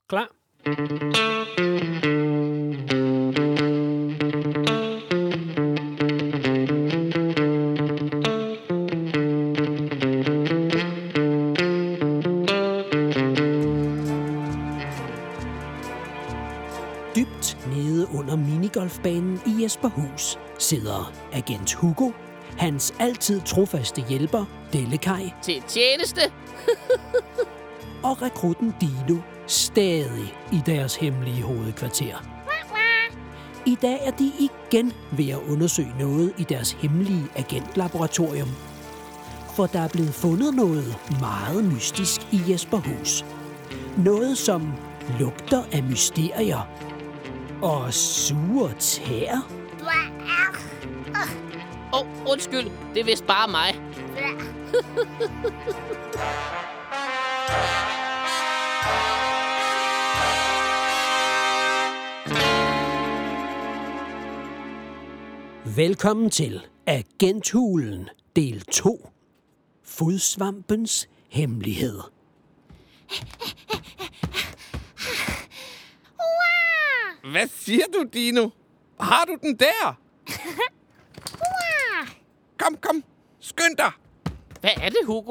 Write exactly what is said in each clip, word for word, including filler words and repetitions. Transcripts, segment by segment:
Klar. Dybt nede under minigolfbanen i Jesperhus sidder agent Hugo, hans altid trofaste hjælper, Dellekaj, Til tjeneste. og rekrutten Dino stadig i deres hemmelige hovedkvarter. I dag er de igen ved at undersøge noget i deres hemmelige agentlaboratorium. For der er blevet fundet noget meget mystisk i Jesperhus. Noget, som lugter af mysterier og sure tæer. Åh, oh, undskyld. Det er vist bare mig. Velkommen til Agenthulen, del to. Fodsvampens hemmelighed. Hvad siger du, Dino? Har du den der? Kom, kom. Skynd dig. Hvad er det, Hugo?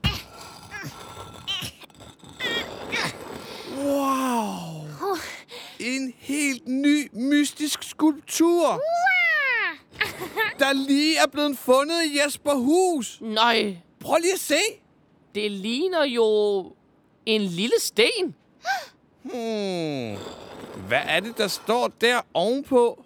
Wow. En helt ny, mystisk skulptur. Der lige er blevet fundet i Jesperhus. Nej, Prøv lige at se. det ligner jo en lille sten. Hmm. Hvad er det, der står der ovenpå?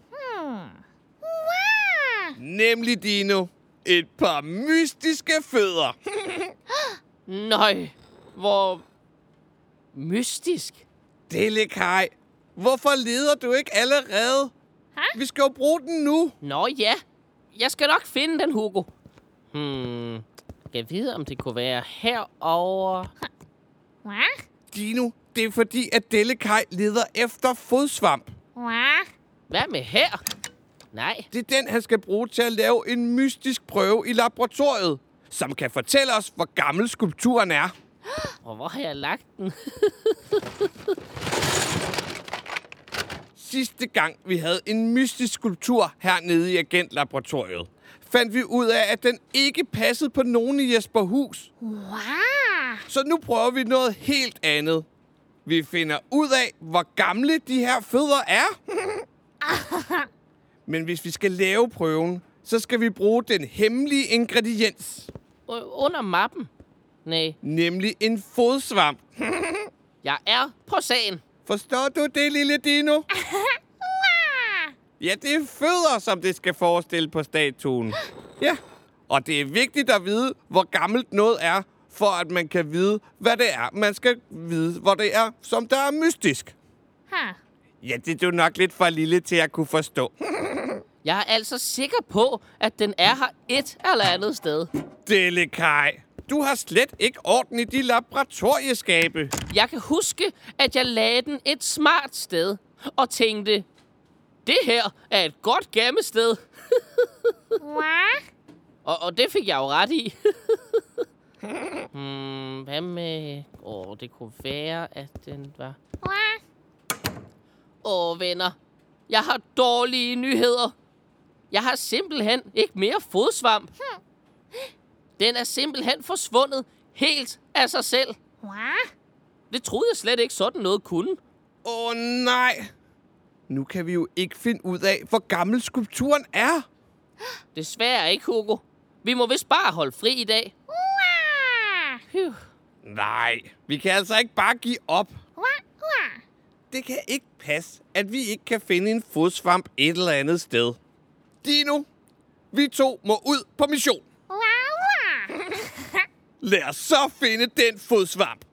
Nemlig, Dino, et par mystiske fødder. Nej, hvor mystisk. Dellekaj, hvorfor leder du ikke allerede? Vi skal jo bruge den nu. Nå ja, jeg skal nok finde den, Hugo. Hmm, jeg ved, om det kunne være herovre. Dino, det er fordi, at Dellekaj leder efter fodsvamp. Hvad med her? Nej, Det er den, han skal bruge til at lave en mystisk prøve i laboratoriet, som kan fortælle os, hvor gammel skulpturen er. og hvor har jeg lagt den? Sidste gang, vi havde en mystisk skulptur hernede i agentlaboratoriet, fandt vi ud af, at den ikke passede på nogen i Jesperhus. Så nu prøver vi noget helt andet. Vi finder ud af, hvor gamle de her fødder er. Men hvis vi skal lave prøven, så skal vi bruge den hemmelige ingrediens. U- under mappen? Nej, Nemlig en fodsvamp. jeg er på sagen. Forstår du det, lille Dino? Ja, det er fødder, som det skal forestille på statuen. Ja, og det er vigtigt at vide, hvor gammelt noget er, for at man kan vide, hvad det er. Man skal vide, hvor det er, som der er mystisk. Ja, det er du nok lidt for lille til at kunne forstå. Jeg er altså sikker på, at den er her et eller andet sted. Dellekaj, du har slet ikke orden i de laboratorieskabe. Jeg kan huske, at jeg lagde den et smart sted og tænkte, det her er et godt gemmested. og, og det fik jeg jo ret i. hmm, hvad med... Åh, oh, det kunne være, at den var... Åh, oh, venner. Jeg har dårlige nyheder. Jeg har simpelthen ikke mere fodsvamp. Den er simpelthen forsvundet helt af sig selv. Det troede jeg slet ikke sådan noget kunne. Åh oh, nej. Nu kan vi jo ikke finde ud af, hvor gammel skulpturen er. Desværre ikke, Hugo. Vi må vist bare holde fri i dag. Phew. Nej, vi kan altså ikke bare give op. Det kan ikke passe, at vi ikke kan finde en fodsvamp et eller andet sted. Dino, vi to må ud på mission. Lad os så finde den fodsvamp.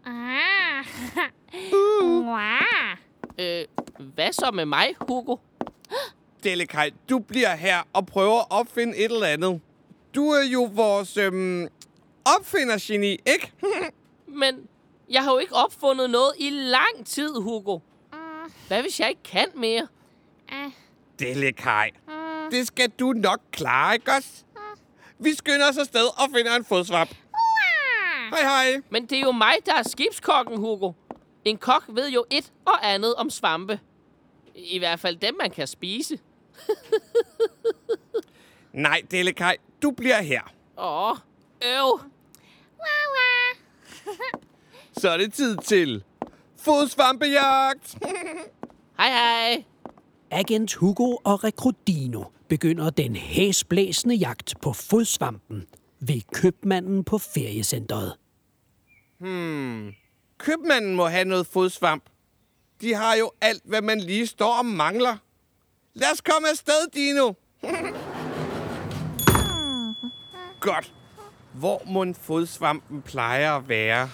Øh, hvad så med mig, Hugo? Dellekaj, du bliver her og prøver at opfinde et eller andet. Du er jo vores øhm, opfindergeni, ikke? Men jeg har jo ikke opfundet noget i lang tid, Hugo. Hvad hvis jeg ikke kan mere? Dellekaj, det skal du nok klare, ikke også? Vi skynder os afsted og finder en fodsvamp. Hej hej. Men det er jo mig, der er skibskokken, Hugo. En kok ved jo et og andet om svampe. I hvert fald dem, man kan spise. Nej, Delikaj, du bliver her. Åh, øv. Så er det tid til fodsvampejagt. Hej, hej. Agent Hugo og Rekrut Dino begynder den hæsblæsende jagt på fodsvampen ved købmanden på feriecentret. Hmm. Købmanden må have noget fodsvamp. De har jo alt, hvad man lige står og mangler. Lad os komme afsted, Dino. Godt. Hvor må en fodsvampen plejer at være?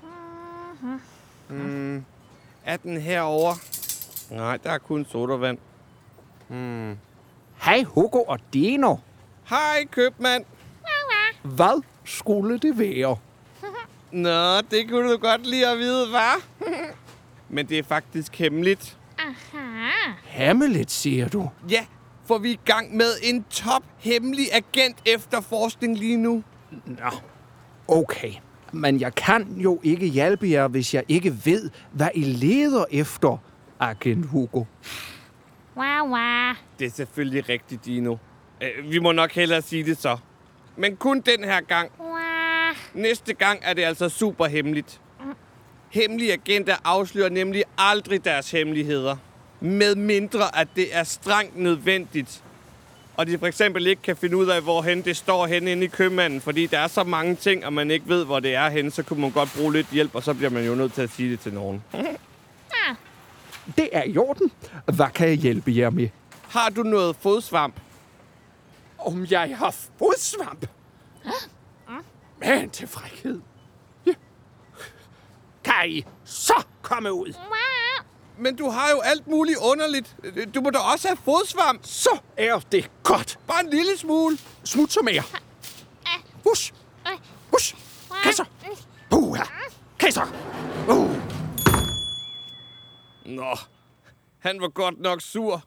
Hmm. Er den herovre? Nej, der er kun sodavand. Hmm. Hej Hugo og Dino. Hej, købmand. Hvad skulle det være? Nå, det kunne du godt lide at vide, hva'? Men det er faktisk hemmeligt. Hemmeligt, siger du? Ja, for vi er i gang med en top-hemmelig agent-efterforskning lige nu. Nå, okay. Men jeg kan jo ikke hjælpe jer, hvis jeg ikke ved, hvad I leder efter, agent Hugo. Det er selvfølgelig rigtigt, Dino. Øh, vi må nok hellere sige det så. Men kun den her gang. Næste gang er det altså super hemmeligt. Hemmelige agenter afslører nemlig aldrig deres hemmeligheder. Med mindre, at det er strengt nødvendigt. Og de for eksempel ikke kan finde ud af, hvorhen det står henne inde i købmanden. Fordi der er så mange ting, og man ikke ved, hvor det er henne. Så kunne man godt bruge lidt hjælp, og så bliver man jo nødt til at sige det til nogen. Det er i orden. Hvad kan jeg hjælpe jer med? Har du noget fodsvamp? Om jeg har fodsvamp? Men til frækhed. Ja. Kan I så komme ud? Men du har jo alt muligt underligt. Du må da også have fodsvamp. Så er det godt. Bare en lille smule. Smut så mere. Hush. Hush. Kasser. Puha. Kasser. Uh. Nå, han var godt nok sur.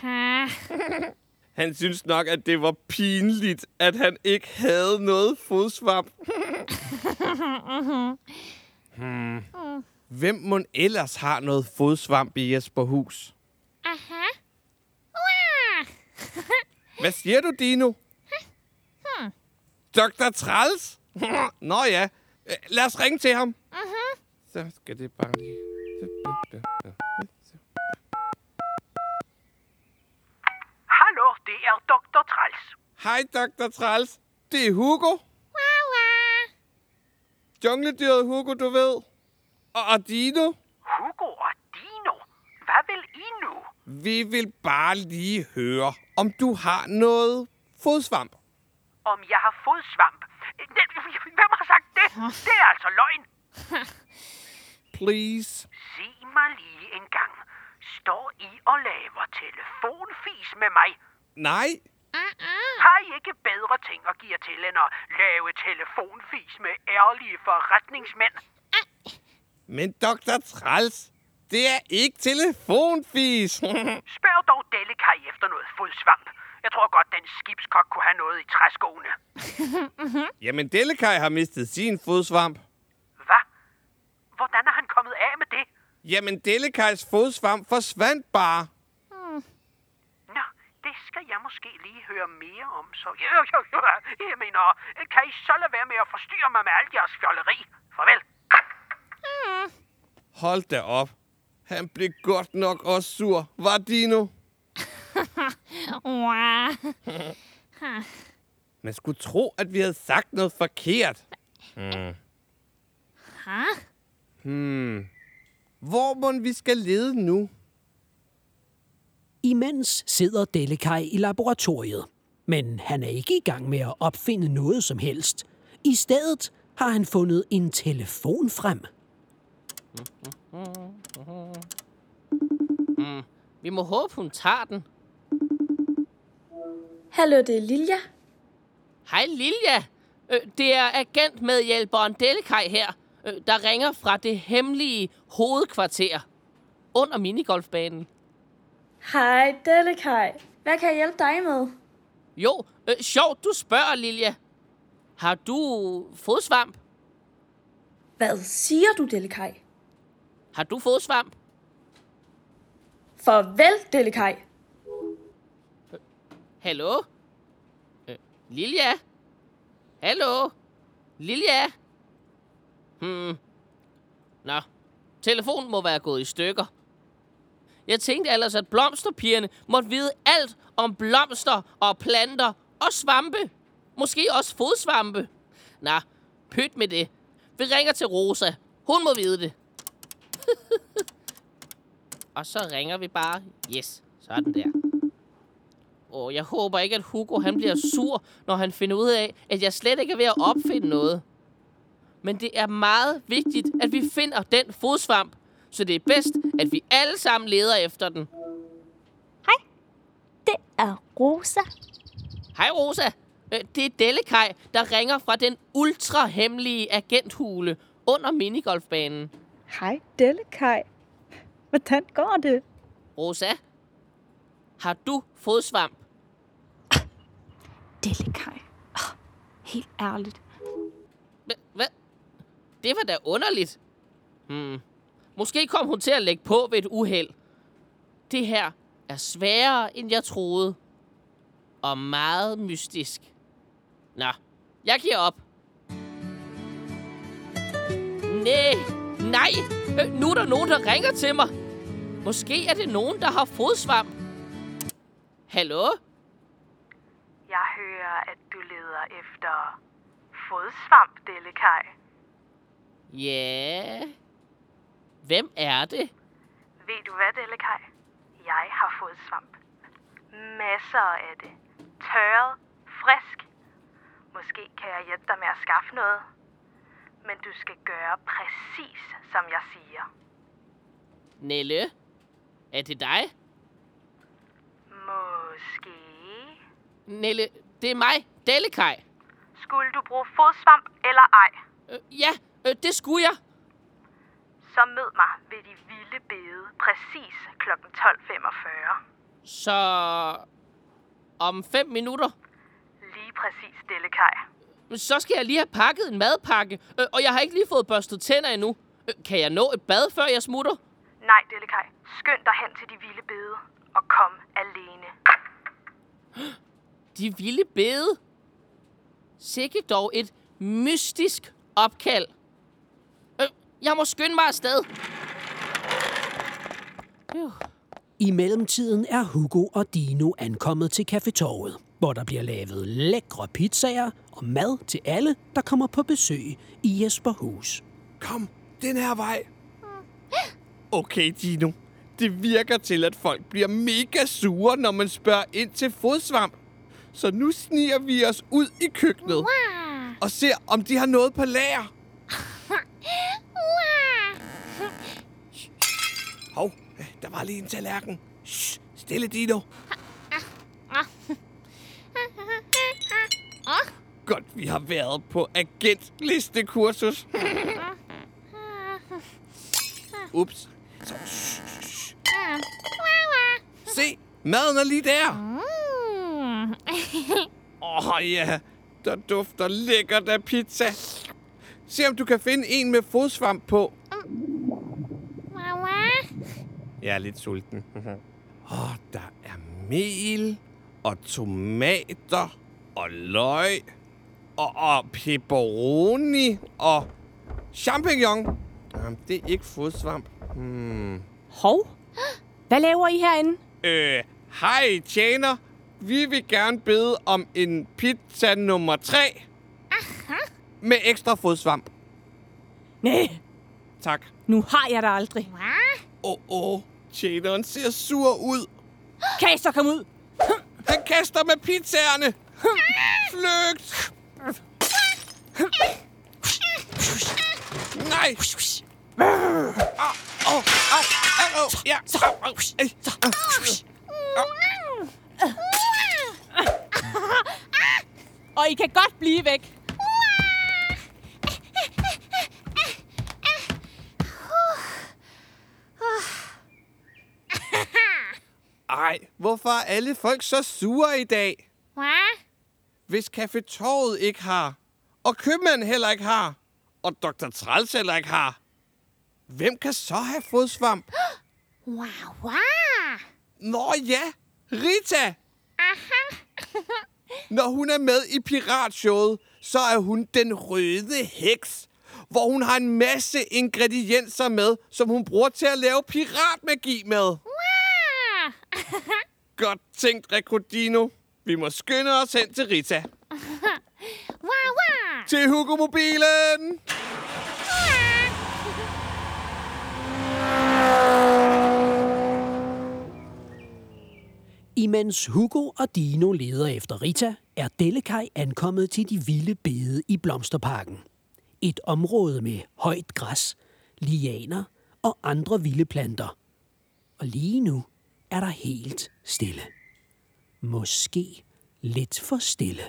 Han synes nok, at det var pinligt, at han ikke havde noget fodsvamp. hmm. Hvem må ellers har noget fodsvamp i Jesperhus? Hvad siger du, Dino? doktor Træls? Nå ja, lad os ringe til ham. Så skal det bare lige... Hallo, det er doktor Træls. Hej, doktor Træls. Det er Hugo. Jungledyret Hugo, du ved. Og, og Dino. Hugo og Dino? Hvad vil I nu? Vi vil bare lige høre, om du har noget fodsvamp. Om jeg har fodsvamp? Hvem har sagt det? Det er altså løgn. Please. Sig mig lige en gang. Står I og laver telefonfis med mig? Nej. Har I ikke bedre ting at give jer til, end at lave telefonfis med ærlige forretningsmænd? Men doktor Træls, det er ikke telefonfis. Spørg dog Delikaj efter noget fodsvamp. Jeg tror godt, den skibskok kunne have noget i træskoene. Jamen, Delikaj har mistet sin fodsvamp. Hvad? Hvordan er han kommet af med det? Jamen, Delikajs fodsvamp forsvandt bare. Nå, det skal jeg måske lige høre mere om, så... Jo, jo, jo, jeg mener, kan I så lade være med at forstyrre mig med alt jeres fjolleri? Farvel. Hold da op. Han blev godt nok også sur. Var Dino? Man skulle tro, at vi havde sagt noget forkert. Hmm. Hmm. Hvor må vi skal lede nu? Imens sidder Delikaj i laboratoriet. Men han er ikke i gang med at opfinde noget som helst. I stedet har han fundet en telefon frem. Mm. Vi må håbe, hun tager den. Hallo, det er Lilja. Hej, Lilja. Øh, det er agentmedhjælperen Delikaj her, øh, der ringer fra det hemmelige hovedkvarter under minigolfbanen. Hej, Delikaj. Hvad kan jeg hjælpe dig med? Jo, øh, sjovt, du spørger, Lilja. Har du fodsvamp? Hvad siger du, Delikaj? Har du fået svamp? Farvel, Delikaj. Hallo? Øh, Lilja? Hallo? Lilja? Hmm. Nå, telefonen må være gået i stykker. Jeg tænkte ellers, at blomsterpigerne måtte vide alt om blomster og planter og svampe. Måske også fodsvampe. Nå, pyt med det. Vi ringer til Rosa. Hun må vide det. Og så ringer vi bare. Yes, sådan der. Åh, jeg håber ikke, at Hugo han bliver sur, når han finder ud af, at jeg slet ikke er ved at opfinde noget. Men det er meget vigtigt, at vi finder den fodsvamp. Så det er bedst, at vi alle sammen leder efter den. Hej, det er Rosa. Hej Rosa. Det er Delikaj, der ringer fra den ultra-hemmelige agenthule under minigolfbanen. Hej, Delikaj. Hvordan går det? Rosa, har du fodsvamp? Delikaj. Oh, helt ærligt. Hvad? Det var da underligt. Hmm. Måske kom hun til at lægge på ved et uheld. Det her er sværere, end jeg troede. Og meget mystisk. Nå, jeg giver op. Nej, nej. Øh, nu er der nogen, der ringer til mig. Måske er det nogen, der har fodsvamp. Hallo? Jeg hører, at du leder efter fodsvamp, Delikaj. Ja. Hvem er det? Ved du hvad, Delikaj? Jeg har fodsvamp. Masser af det. Tørret, frisk. Måske kan jeg hjælpe dig med at skaffe noget. Men du skal gøre præcis, som jeg siger. Nelle? Er det dig? Måske. Nelle, det er mig, Delikaj. Skulle du bruge fodsvamp eller ej? Øh, ja, øh, det skulle jeg. Så mød mig ved de vilde bede præcis klokken tolv femogfyrre. Så om fem minutter? Lige præcis, Delikaj. Så skal jeg lige have pakket en madpakke, øh, og jeg har ikke lige fået børstet tænder endnu. Øh, kan jeg nå et bad, før jeg smutter? Nej, Delikaj. Skynd dig hen til de vilde bede og kom alene. De vilde bede? Sikke dog et mystisk opkald. Øh, jeg må skynde mig afsted. Øh. I mellemtiden er Hugo og Dino ankommet til Cafetorvet, hvor der bliver lavet lækre pizzaer og mad til alle, der kommer på besøg i Jesperhus. Kom, den her vej. Okay, Dino. Det virker til, at folk bliver mega sure, når man spørger ind til fodsvamp. Så nu sniger vi os ud i køkkenet og ser, om de har noget på lager. Hov, der var lige en tallerken. Shh, stille, Dino. Godt, vi har været på agentlistekursus. Ups. Så, shh, shh. Se, maden er lige der. Åh oh, ja, der dufter lækkert af pizza. Se om du kan finde en med fodsvamp på. Jeg er lidt sulten. Åh, oh, der er mel og tomater og løg og, og pepperoni og champignon. Jamen, det er ikke fodsvamp. Hmm. Hov, hvad laver I herinde? Øh, hej tjener. Vi vil gerne bede om en pizza nummer tre. Aha. Med ekstra fodsvamp. Nej, Tak. nu har jeg dig aldrig. Åh, oh, oh, tjeneren ser sur ud. Kan I så komme ud? Han kaster med pizzaerne. Flygt! Nej! Au, au, au, au, ja, au, au, ej, au. Og I kan godt blive væk. Ej, hvorfor er alle folk så sure i dag? Hvis Cafetorvet ikke har, og købmanden heller ikke har, og doktor Træls heller ikke har, Hvem kan så have fodsvamp? Wow, wow. Nå ja, Rita! Aha. Når hun er med i piratshowet, så er hun den røde heks, hvor hun har en masse ingredienser med, som hun bruger til at lave piratmagi med. Wow. Godt tænkt, Rekrutino. Vi må skynde os hen til Rita. Wow, wow. Til Hugo-mobilen! Imens Hugo og Dino leder efter Rita, er Dellekaj ankommet til de vilde bede i Blomsterparken. Et område med højt græs, lianer og andre vilde planter. Og lige nu er der helt stille. Måske lidt for stille.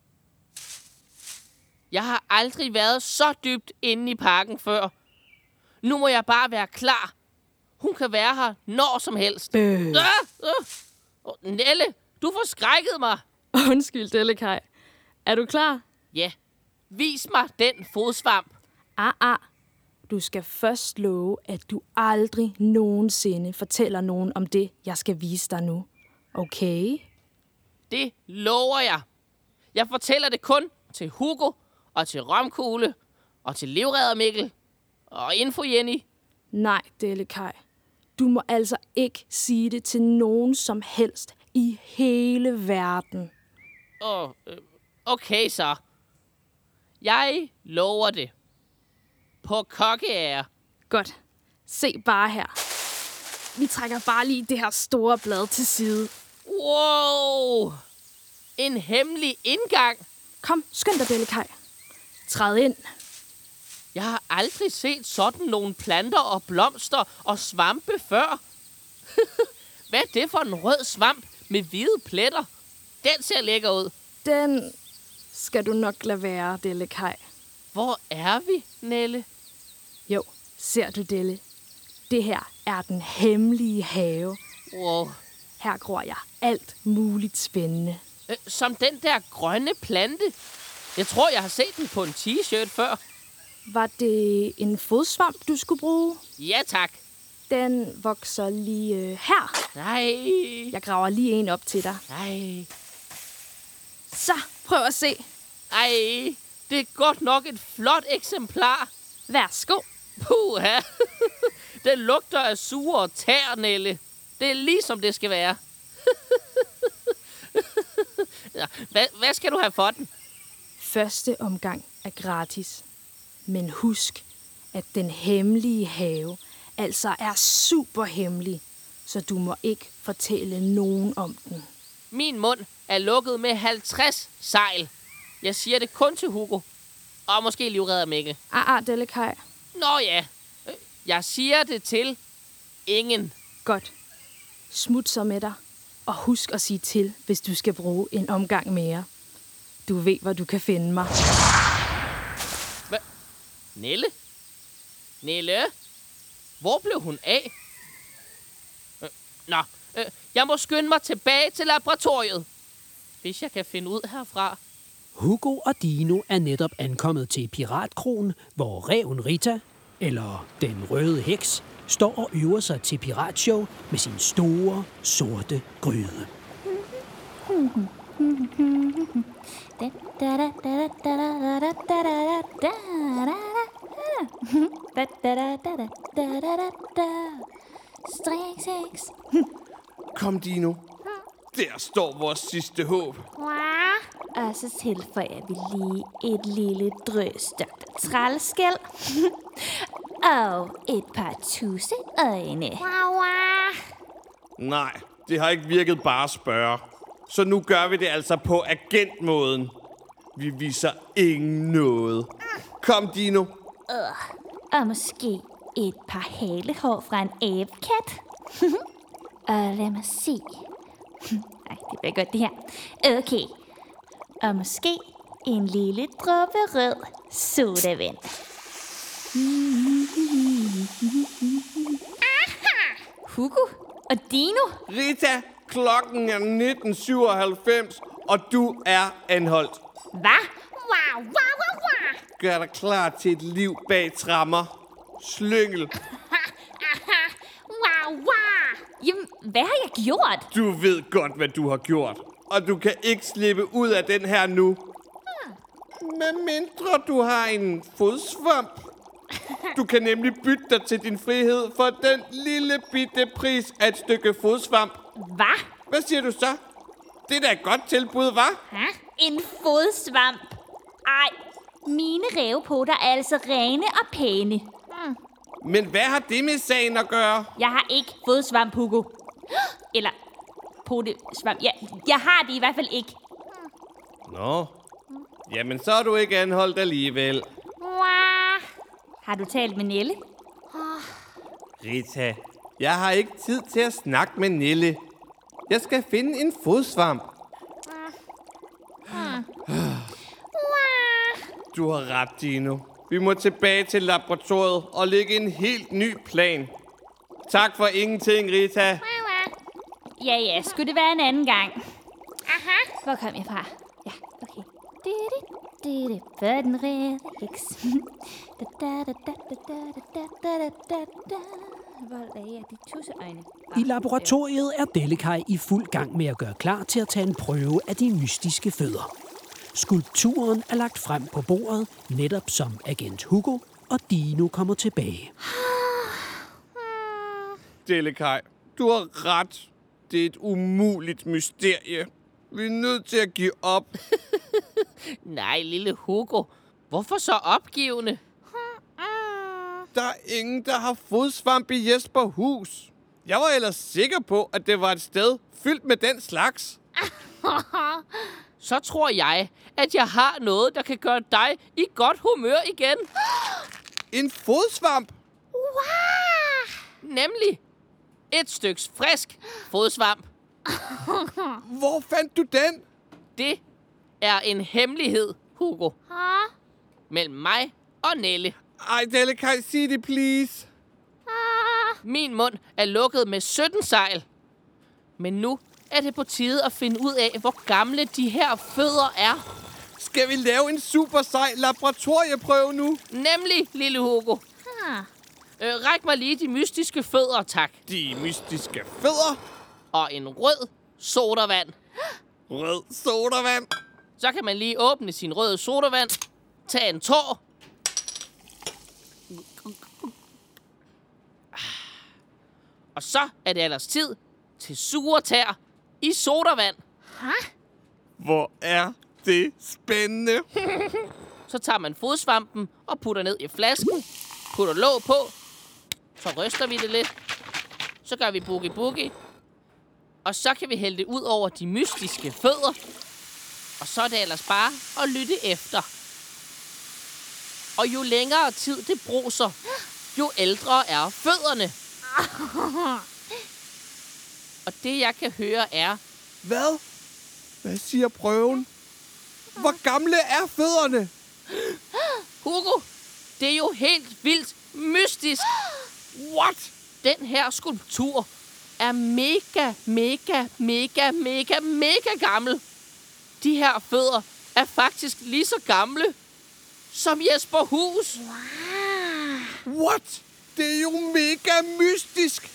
Jeg har aldrig været så dybt inde i parken før. Nu må jeg bare være klar. Hun kan være her når som helst. Øh. Øh, øh. Oh, Nelle, du forskrækkede mig. Undskyld, Dellekaj. Er du klar? Ja, vis mig den fodsvamp. Ah, ah. Du skal først love, at du aldrig nogensinde fortæller nogen om det, jeg skal vise dig nu. Okay? Det lover jeg. Jeg fortæller det kun til Hugo og til Romkugle og til Livredder Mikkel og Info Jenny. Nej, Dellekaj. Du må altså ikke sige det til nogen som helst i hele verden. Åh, oh, okay så. Jeg lover det. På kokkeære. Godt. Se bare her. Vi trækker bare lige det her store blad til side. Wow! En hemmelig indgang. Kom, skynd dig, Dellekaj. Træd ind. Jeg har aldrig set sådan nogle planter og blomster og svampe før. Hvad er det for en rød svamp med hvide pletter? Den ser lækker ud. Den skal du nok lade være, Dellekaj. Hvor er vi, Nelle? Jo, ser du, Delle? Det her er den hemmelige have. Wow. Her gror jeg alt muligt spændende. Øh, som den der grønne plante. Jeg tror, jeg har set den på en t-shirt før. Var det en fodsvamp, du skulle bruge? Ja, tak. Den vokser lige øh, her. Nej. Jeg graver lige en op til dig. Nej. Så, prøv at se. Ej, det er godt nok et flot eksemplar. Værsgo. Puha. Den lugter af sure tær, Nelle. Det er ligesom det skal være. hvad, hvad skal du have for den? Første omgang er gratis. Men husk, at den hemmelige have altså er super hemmelig, så du må ikke fortælle nogen om den. Min mund er lukket med halvtreds sejl. Jeg siger det kun til Hugo. Og måske Livredder Mikkel. Ah, ah, Dellekaj. Nå ja. Jeg siger det til ingen. Godt. Smut så med dig. Og husk at sige til, hvis du skal bruge en omgang mere. Du ved, hvor du kan finde mig. Hva? Nelle? Nelle? Hvor blev hun af? Øh, nå, øh, jeg må skynde mig tilbage til laboratoriet. Hvis jeg kan finde ud herfra. Hugo og Dino er netop ankommet til Piratkroen, hvor ræven Rita, eller den røde heks, står og øver sig til piratshow med sin store, sorte gryde. Strikseks. Kom, Dino. Der står vores sidste håb. Wow. Og så tilføjer vi lige et lille drøs doktor Trælskæld. Og et par tusseøjne. Wow, wow. Nej, det har ikke virket bare at spørge. Så nu gør vi det altså på agentmåden. Vi viser ingen noget. Kom, Dino. Uh, og måske et par halehår fra en æbekat. Og lad mig se. Ej, det bliver godt det her. Okay. Og måske en lille dråbe rød sodavand. Aha! Hugo og Dino. Rita, klokken er nitten syvoghalvfems, og du er anholdt. Hvad? Wow, wow, wow, wow. Gør dig klar til et liv bag tremmer. slyngel. Wow, wow. Jamen, hvad har jeg gjort? Du ved godt, hvad du har gjort. Og du kan ikke slippe ud af den her nu. Med mindre du har en fodsvamp. Du kan nemlig bytte dig til din frihed for den lille bitte pris af et stykke fodsvamp. Hvad? Hvad siger du så? Det er da et godt tilbud, hva'? Hæ? En fodsvamp? Ej, mine rævepoter er altså rene og pæne. Hmm. Men hvad har det med sagen at gøre? Jeg har ikke fodsvamp, Hugo. Eller potesvamp. Ja, jeg har det i hvert fald ikke. Nå. Jamen, så er du ikke anholdt alligevel. Har du talt med Nelle? Rita, jeg har ikke tid til at snakke med Nelle. Jeg skal finde en fodsvamp. Du har ret, Dino. Vi må tilbage til laboratoriet og lægge en helt ny plan. Tak for ingenting, Rita. Ja, ja. Skulle det være en anden gang? Aha. Hvor kom jeg fra? Ja, okay. For den rede heks. Hvor lagde jeg de tusseøjne? I laboratoriet er Delicai i fuld gang med at gøre klar til at tage en prøve af de mystiske fødder. Skulpturen er lagt frem på bordet, netop som agent Hugo, og Dino kommer tilbage. Delicai, du har ret. Det er et umuligt mysterie. Vi er nødt til at give op. Nej, lille Hugo. Hvorfor så opgivende? Der er ingen, der har fodsvamp i Jesperhus. Jeg var ellers sikker på, at det var et sted fyldt med den slags. Så tror jeg, at jeg har noget, der kan gøre dig i godt humør igen. En fodsvamp? Wow! Nemlig et styks frisk fodsvamp. Hvor fandt du den? Det er en hemmelighed, Hugo. Mellem mig og Nelle. Ej, Delicai, sig det, please. Min mund er lukket med sytten sejl. Men nu er det på tide at finde ud af, hvor gamle de her fødder er. Skal vi lave en super sej laboratorieprøve nu? Nemlig, lille Hugo. Øh, ræk mig lige de mystiske fødder, tak. De mystiske fødder? Og en rød sodavand. Rød sodavand? Så kan man lige åbne sin røde sodavand. Tag en tår. Og så er det ellers tid til sure tær i sodavand. Hvor er det spændende. Så tager man fodsvampen og putter ned i flasken. Putter låg på. Så ryster vi det lidt. Så gør vi boogie boogie. Og så kan vi hælde det ud over de mystiske fødder. Og så er det ellers bare at lytte efter. Og jo længere tid det bruser, jo ældre er fødderne. Og det jeg kan høre er... Hvad? Hvad siger prøven? Hvor gamle er fødderne? Hugo, det er jo helt vildt mystisk. What? Den her skulptur er mega, mega, mega, mega, mega gammel. De her fødder er faktisk lige så gamle som Jesperhus. Wow. What? Det er jo mega mystisk.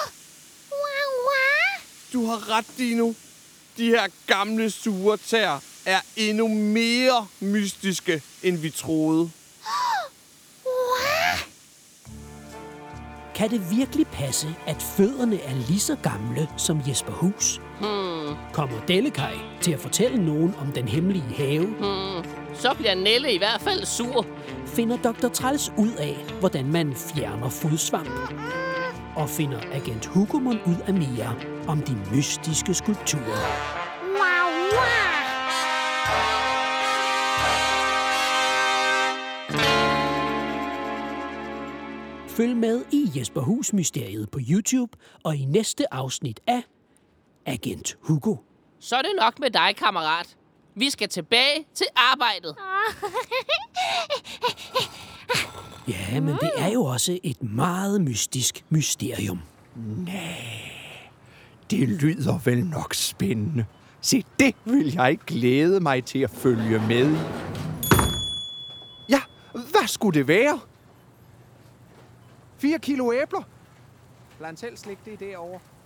Du har ret, Dino. De her gamle sure tær er endnu mere mystiske, end vi troede. Kan det virkelig passe, at fødderne er lige så gamle som Jesperhus? Hmm. Kommer Delicai til at fortælle nogen om den hemmelige have? Hmm. Så bliver Nelle i hvert fald sur. Finder doktor Træls ud af, hvordan man fjerner fodsvamp? Og finder agent Hugomund ud af mere om de mystiske skulpturer? Wow, wow. Følg med i Jesperhus-mysteriet på YouTube og i næste afsnit af Agent Hugo. Så er det nok med dig, kammerat. Vi skal tilbage til arbejdet. Ja, men det er jo også et meget mystisk mysterium. Nej, det lyder vel nok spændende. Se, det vil jeg glæde mig til at følge med i. Ja, hvad skulle det være? Fire kilo æbler. Lad han selv slikke det derovre.